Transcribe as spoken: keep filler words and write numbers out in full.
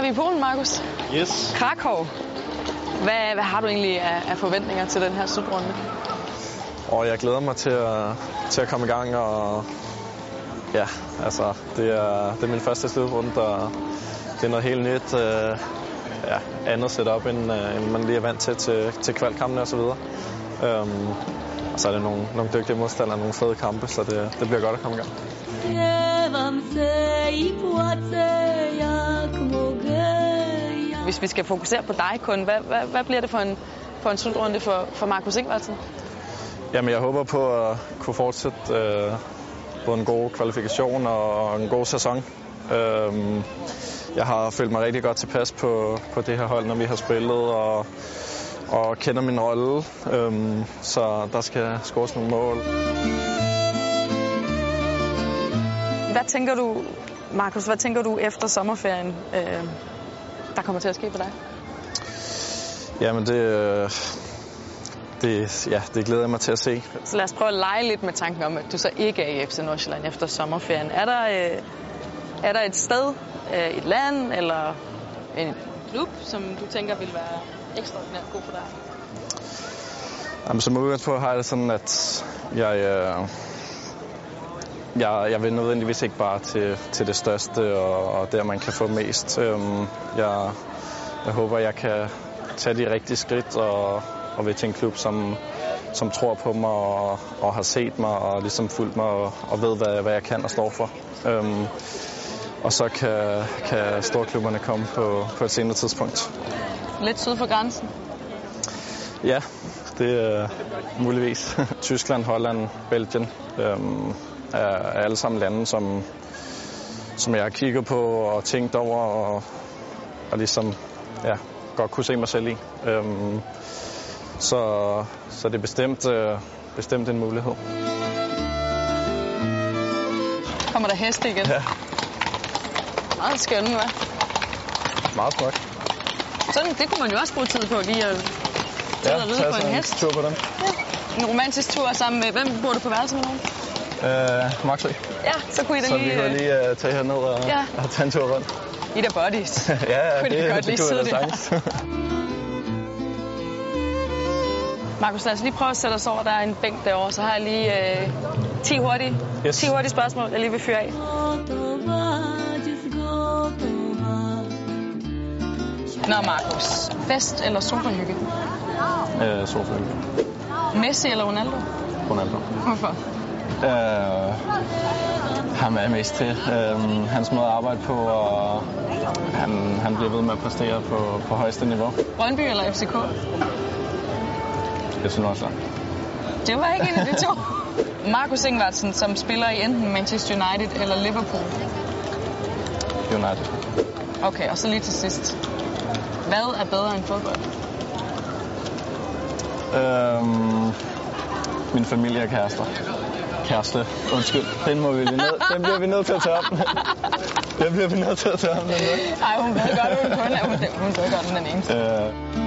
vi i Polen, Markus. Yes. Krakow. Hvad, hvad har du egentlig af, af forventninger til den her slutrunde? Og jeg glæder mig til at, til at komme i gang, og ja, altså, det er, det er min første slutrunde, og det er noget helt nyt, øh, ja, andet setup, end, øh, end man lige er vant til til, til kvalkampene og så videre. Um, og så er det nogle, nogle dygtige modstandere, nogle fede kampe, så det, det bliver godt at komme i gang. Hvis vi skal fokusere på dig kun, hvad, hvad, hvad bliver det for en, for en slutrunde for, for Markus Ingvardsen? Jamen, jeg håber på at kunne fortsætte øh, både en god kvalifikation og en god sæson. Øhm, jeg har følt mig rigtig godt tilpas på, på det her hold, når vi har spillet, og, og kender min rolle, øhm, så der skal scores nogle mål. Hvad tænker du, Markus, hvad tænker du efter sommerferien, øh, der kommer til at ske for dig? Jamen, det... Øh, Det, ja, det glæder jeg mig til at se. Så lad os prøve at lege lidt med tanken om, at du så ikke er i F C Nordsjælland efter sommerferien. Er der, øh, er der et sted, øh, et land eller en klub, som du tænker vil være ekstraordinært god for dig? Jamen, som udgangspunkt har jeg det sådan, at jeg, øh, jeg, jeg vil nødvendigvis ikke bare til, til det største og, og der, man kan få mest. Øhm, jeg, jeg håber, jeg kan tage de rigtige skridt og og vil til en klub, som, som tror på mig og, og har set mig og ligesom fulgt mig og, og ved, hvad, hvad jeg kan og står for. Øhm, og så kan, kan storklubberne komme på, på et senere tidspunkt. Lidt syd for grænsen? Ja, det er muligvis. Tyskland, Holland, Belgien øhm, er, er alle sammen lande, som, som jeg har kigget på og tænkt over og, og ligesom ja, godt kunne se mig selv i. Øhm, Så, så det er bestemt, øh, bestemt en mulighed. Kommer der heste igen? Ja. Meget skønne, hva'? Meget smukt. Sådan, det kunne man jo også bruge tid på, lige at tage ja, og ride på en hest. Tur på den. Ja. En romantisk tur sammen med... Hvem bor du på værelse med nogen? Øh, Maxø. Ja, så kunne I da så lige... Så vi kunne lige uh, tage herned og, ja. og tage en tur rundt. I der buddies. ja, ja, kunne det, godt det, lige det kunne jeg da sagtens. Markus, lad os lige prøve at sætte os over. Der er en bænk derovre, så har jeg lige øh, ti hurtige, yes. ti hurtige spørgsmål, jeg lige vil fyre af. Nå, Markus. Fest eller sofahygge? Øh, sofahygge. Messi eller Ronaldo? Ronaldo. Hvorfor? Øh, ham er jeg mest til. Øh, hans måde at arbejde på, og han, han bliver ved med at præstere på, på højeste niveau. Brøndby eller F C K? Jeg synes også. Det var ikke en af de to. Markus Ingvardsen, som spiller i enten Manchester United eller Liverpool? United. Okay, og så lige til sidst. Hvad er bedre end fodbold? Øhm, min familie og kærester. Kæreste. Undskyld. Den må vi lige ned. Den bliver vi nødt til at tage op. Den bliver vi nødt til at tage op. Nej, hun ved godt, hun kun er. Hun ved godt, hun er den eneste. Øh.